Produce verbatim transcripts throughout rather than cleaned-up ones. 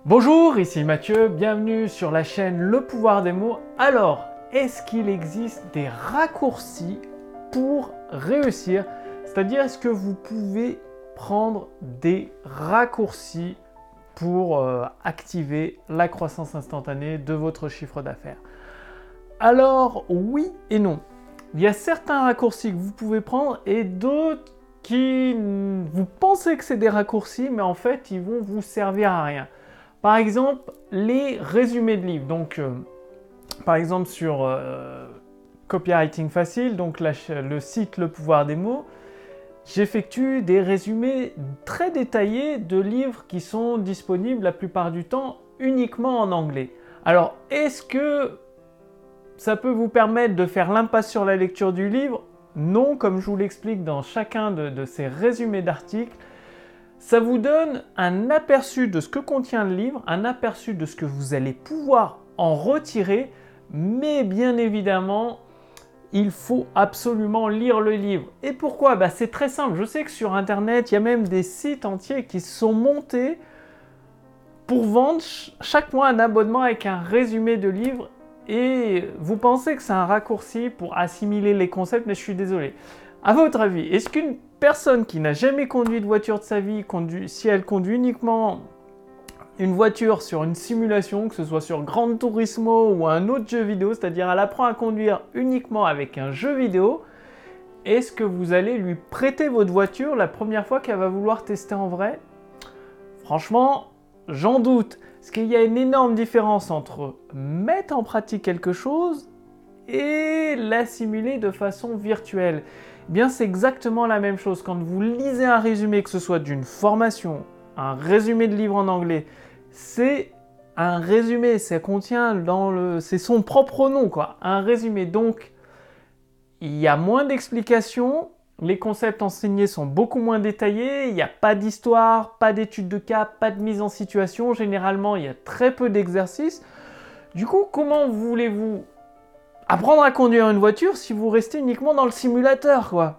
Bonjour, ici Mathieu, bienvenue sur la chaîne Le Pouvoir des mots. Alors, est-ce qu'il existe des raccourcis pour réussir? C'est-à-dire, est-ce que vous pouvez prendre des raccourcis pour euh, activer la croissance instantanée de votre chiffre d'affaires? Alors, oui et non. Il y a certains raccourcis que vous pouvez prendre et d'autres qui, vous pensez que c'est des raccourcis, mais en fait, ils vont vous servir à rien. Par exemple, les résumés de livres. Donc, euh, par exemple, sur euh, Copywriting Facile, donc la, le site Le Pouvoir des mots, j'effectue des résumés très détaillés de livres qui sont disponibles la plupart du temps uniquement en anglais. Alors, est-ce que ça peut vous permettre de faire l'impasse sur la lecture du livre? Non, comme je vous l'explique dans chacun de, de ces résumés d'articles. Ça vous donne un aperçu de ce que contient le livre, un aperçu de ce que vous allez pouvoir en retirer, mais bien évidemment, il faut absolument lire le livre. Et pourquoi? Bah, c'est très simple. Je sais que sur Internet, il y a même des sites entiers qui sont montés pour vendre chaque mois un abonnement avec un résumé de livre. Et vous pensez que c'est un raccourci pour assimiler les concepts, mais je suis désolé. À votre avis, est-ce qu'une personne qui n'a jamais conduit de voiture de sa vie, conduit, si elle conduit uniquement une voiture sur une simulation, que ce soit sur Gran Turismo ou un autre jeu vidéo, c'est-à-dire elle apprend à conduire uniquement avec un jeu vidéo, est-ce que vous allez lui prêter votre voiture la première fois qu'elle va vouloir tester en vrai? Franchement, j'en doute. Parce qu'il y a une énorme différence entre mettre en pratique quelque chose et l'assimiler de façon virtuelle. Eh bien, c'est exactement la même chose. Quand vous lisez un résumé, que ce soit d'une formation, un résumé de livre en anglais, c'est un résumé. Ça contient dans le, c'est son propre nom, quoi. Un résumé. Donc, il y a moins d'explications. Les concepts enseignés sont beaucoup moins détaillés. Il n'y a pas d'histoire, pas d'études de cas, pas de mise en situation. Généralement, il y a très peu d'exercices. Du coup, comment voulez-vous apprendre à conduire une voiture si vous restez uniquement dans le simulateur, quoi?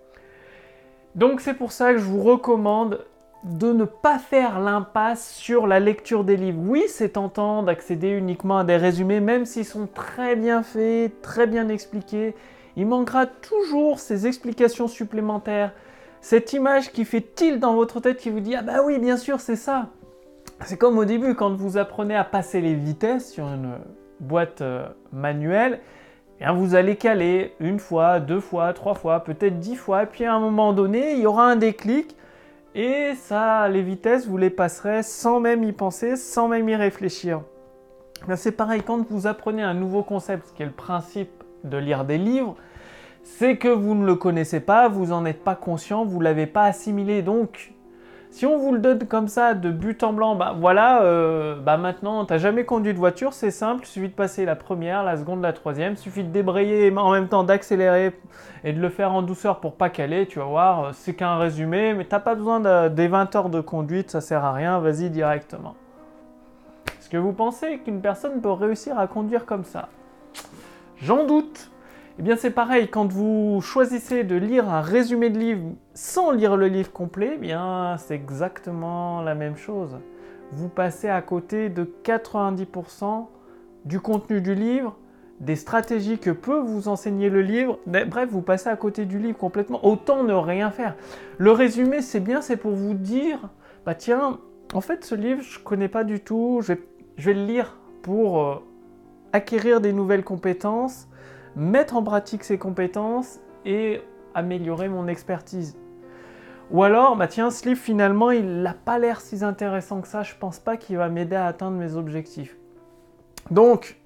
Donc c'est pour ça que je vous recommande de ne pas faire l'impasse sur la lecture des livres. Oui, c'est tentant d'accéder uniquement à des résumés, même s'ils sont très bien faits, très bien expliqués. Il manquera toujours ces explications supplémentaires, cette image qui fait tilt dans votre tête, qui vous dit « Ah bah oui, bien sûr, c'est ça ». C'est comme au début, quand vous apprenez à passer les vitesses sur une boîte euh, manuelle, et vous allez caler une fois, deux fois, trois fois, peut-être dix fois, et puis à un moment donné, il y aura un déclic, et ça, les vitesses, vous les passerez sans même y penser, sans même y réfléchir. C'est pareil, quand vous apprenez un nouveau concept, ce qui est le principe de lire des livres, c'est que vous ne le connaissez pas, vous n'en êtes pas conscient, vous ne l'avez pas assimilé. Donc, si on vous le donne comme ça, de but en blanc, bah voilà, euh, bah maintenant, tu n'as jamais conduit de voiture, c'est simple, il suffit de passer la première, la seconde, la troisième, il suffit de débrayer en même temps d'accélérer et de le faire en douceur pour pas caler, tu vas voir, c'est qu'un résumé, mais tu n'as pas besoin de, des vingt heures de conduite, ça sert à rien, vas-y directement. Est-ce que vous pensez qu'une personne peut réussir à conduire comme ça? J'en doute. Eh bien c'est pareil, quand vous choisissez de lire un résumé de livre sans lire le livre complet, eh bien c'est exactement la même chose. Vous passez à côté de quatre-vingt-dix pour cent du contenu du livre, des stratégies que peut vous enseigner le livre. Bref, vous passez à côté du livre complètement. Autant ne rien faire. Le résumé, c'est bien, c'est pour vous dire, bah tiens, en fait ce livre, je ne connais pas du tout, je vais, je vais le lire pour euh, acquérir des nouvelles compétences, mettre en pratique ces compétences et améliorer mon expertise. Ou alors, bah tiens, ce livre finalement, il n'a pas l'air si intéressant que ça, je pense pas qu'il va m'aider à atteindre mes objectifs. Donc,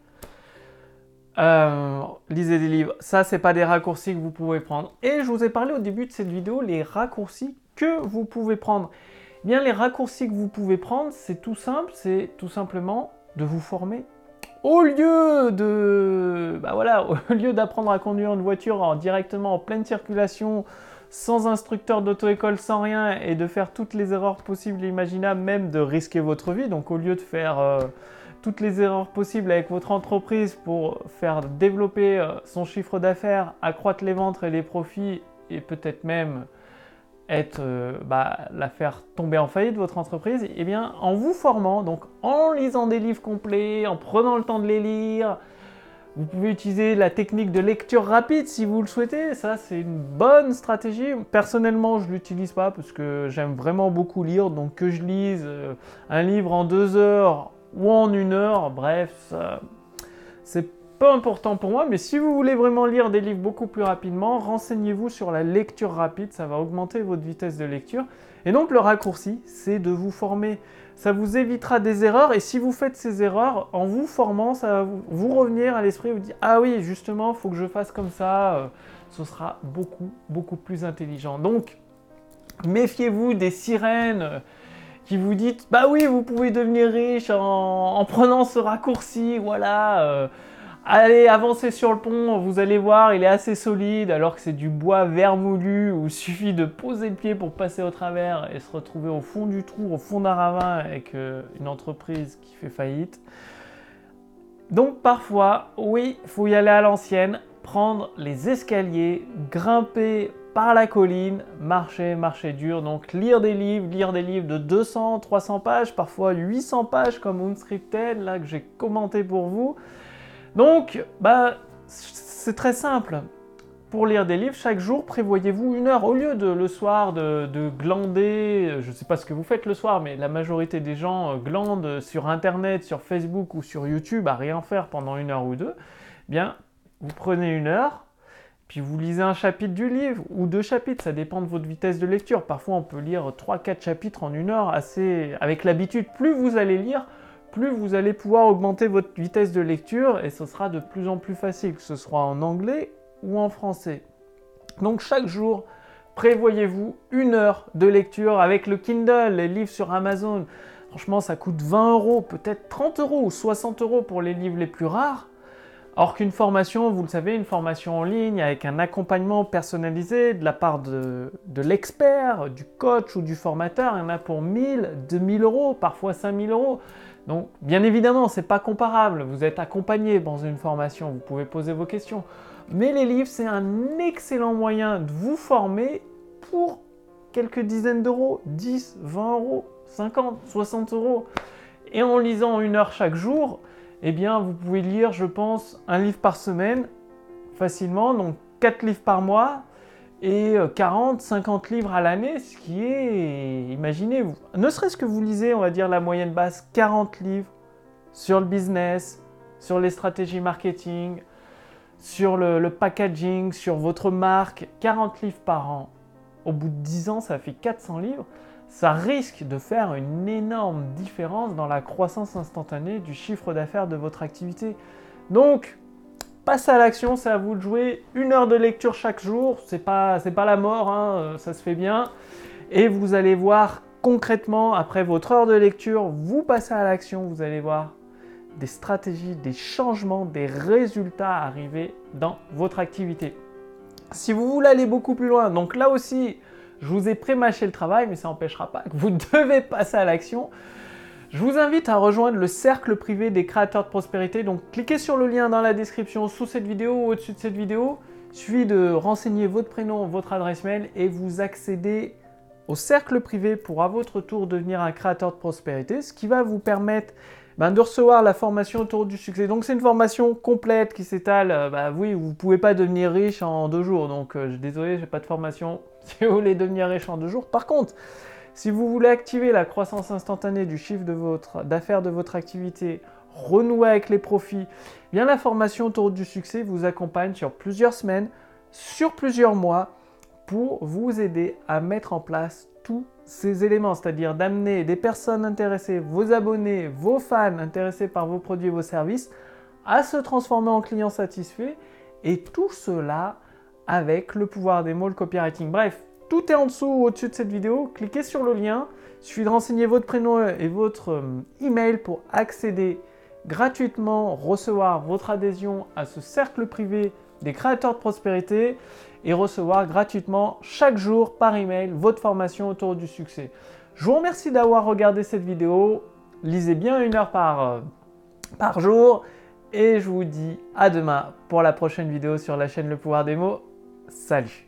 euh, lisez des livres, ça c'est pas des raccourcis que vous pouvez prendre. Et je vous ai parlé au début de cette vidéo, les raccourcis que vous pouvez prendre. Eh bien, les raccourcis que vous pouvez prendre, c'est tout simple, c'est tout simplement de vous former. Au lieu de, bah voilà, au lieu d'apprendre à conduire une voiture en, directement en pleine circulation, sans instructeur d'auto-école, sans rien, et de faire toutes les erreurs possibles et imaginables, même de risquer votre vie, donc au lieu de faire euh, toutes les erreurs possibles avec votre entreprise pour faire développer euh, son chiffre d'affaires, accroître les ventes et les profits, et peut-être même être, euh, bah, la faire tomber en faillite, votre entreprise, et bien en vous formant, donc en lisant des livres complets, en prenant le temps de les lire, vous pouvez utiliser la technique de lecture rapide si vous le souhaitez, ça c'est une bonne stratégie. Personnellement, je ne l'utilise pas parce que j'aime vraiment beaucoup lire, donc que je lise euh, un livre en deux heures ou en une heure, bref, ça, c'est peu important pour moi, mais si vous voulez vraiment lire des livres beaucoup plus rapidement, renseignez-vous sur la lecture rapide, ça va augmenter votre vitesse de lecture. Et donc le raccourci, c'est de vous former. Ça vous évitera des erreurs, et si vous faites ces erreurs, en vous formant, ça va vous, vous revenir à l'esprit, vous dire « Ah oui, justement, il faut que je fasse comme ça, euh, ce sera beaucoup, beaucoup plus intelligent. » Donc, méfiez-vous des sirènes euh, qui vous disent « Bah oui, vous pouvez devenir riche en, en prenant ce raccourci, voilà. Euh, » Allez, avancez sur le pont, vous allez voir, il est assez solide, alors que c'est du bois vermoulu où il suffit de poser le pied pour passer au travers et se retrouver au fond du trou, au fond d'un ravin avec euh, une entreprise qui fait faillite. Donc parfois, oui, il faut y aller à l'ancienne, prendre les escaliers, grimper par la colline, marcher, marcher dur, donc lire des livres, lire des livres de deux cents, trois cents pages, parfois huit cents pages comme Unscripted, là que j'ai commenté pour vous. Donc, bah, c'est très simple. Pour lire des livres, chaque jour, prévoyez-vous une heure. Au lieu de le soir de, de glander, je ne sais pas ce que vous faites le soir, mais la majorité des gens glandent sur Internet, sur Facebook ou sur YouTube à rien faire pendant une heure ou deux. Eh bien, vous prenez une heure, puis vous lisez un chapitre du livre ou deux chapitres, ça dépend de votre vitesse de lecture. Parfois, on peut lire trois quatre chapitres en une heure, assez avec l'habitude. Plus vous allez lire, plus vous allez pouvoir augmenter votre vitesse de lecture et ce sera de plus en plus facile, que ce soit en anglais ou en français. Donc chaque jour, prévoyez-vous une heure de lecture avec le Kindle, les livres sur Amazon. Franchement, ça coûte vingt euros, peut-être trente euros ou soixante euros pour les livres les plus rares. Or qu'une formation, vous le savez, une formation en ligne avec un accompagnement personnalisé de la part de, de l'expert, du coach ou du formateur, il y en a pour mille, deux mille euros, parfois cinq mille euros. Donc, bien évidemment, ce n'est pas comparable. Vous êtes accompagné dans une formation, vous pouvez poser vos questions. Mais les livres, c'est un excellent moyen de vous former pour quelques dizaines d'euros, dix, vingt euros, cinquante, soixante euros. Et en lisant une heure chaque jour, eh bien, vous pouvez lire, je pense, un livre par semaine facilement, donc quatre livres par mois et quarante, cinquante livres à l'année, ce qui est, imaginez, vous, ne serait-ce que vous lisez, on va dire la moyenne basse, quarante livres sur le business, sur les stratégies marketing, sur le, le packaging, sur votre marque, quarante livres par an. Au bout de dix ans, ça fait quatre cents livres. Ça risque de faire une énorme différence dans la croissance instantanée du chiffre d'affaires de votre activité. Donc, passez à l'action, c'est à vous de jouer. Une heure de lecture chaque jour, c'est pas, c'est pas la mort, hein, ça se fait bien. Et vous allez voir concrètement, après votre heure de lecture, vous passez à l'action, vous allez voir des stratégies, des changements, des résultats arriver dans votre activité. Si vous voulez aller beaucoup plus loin, donc là aussi, je vous ai pré-mâché le travail, mais ça n'empêchera pas que vous devez passer à l'action. Je vous invite à rejoindre le cercle privé des créateurs de prospérité. Donc, cliquez sur le lien dans la description sous cette vidéo ou au-dessus de cette vidéo. Il suffit de renseigner votre prénom, votre adresse mail et vous accédez au cercle privé pour à votre tour devenir un créateur de prospérité, ce qui va vous permettre ben, de recevoir la formation autour du succès. Donc, c'est une formation complète qui s'étale. Euh, bah, oui, vous ne pouvez pas devenir riche en deux jours. Donc, euh, désolé, je n'ai pas de formation si vous voulez devenir riche en deux jours. Par contre, si vous voulez activer la croissance instantanée du chiffre de votre, d'affaires de votre activité, renouer avec les profits, eh bien la formation autour du succès vous accompagne sur plusieurs semaines, sur plusieurs mois, pour vous aider à mettre en place tous ces éléments, c'est-à-dire d'amener des personnes intéressées, vos abonnés, vos fans intéressés par vos produits et vos services, à se transformer en clients satisfaits, et tout cela avec le pouvoir des mots, le copywriting. Bref, tout est en dessous ou au-dessus de cette vidéo. Cliquez sur le lien. Il suffit de renseigner votre prénom et votre email pour accéder gratuitement, recevoir votre adhésion à ce cercle privé des créateurs de prospérité et recevoir gratuitement chaque jour par email votre formation autour du succès. Je vous remercie d'avoir regardé cette vidéo. Lisez bien une heure par, euh, par jour et je vous dis à demain pour la prochaine vidéo sur la chaîne Le Pouvoir des Mots. Salut!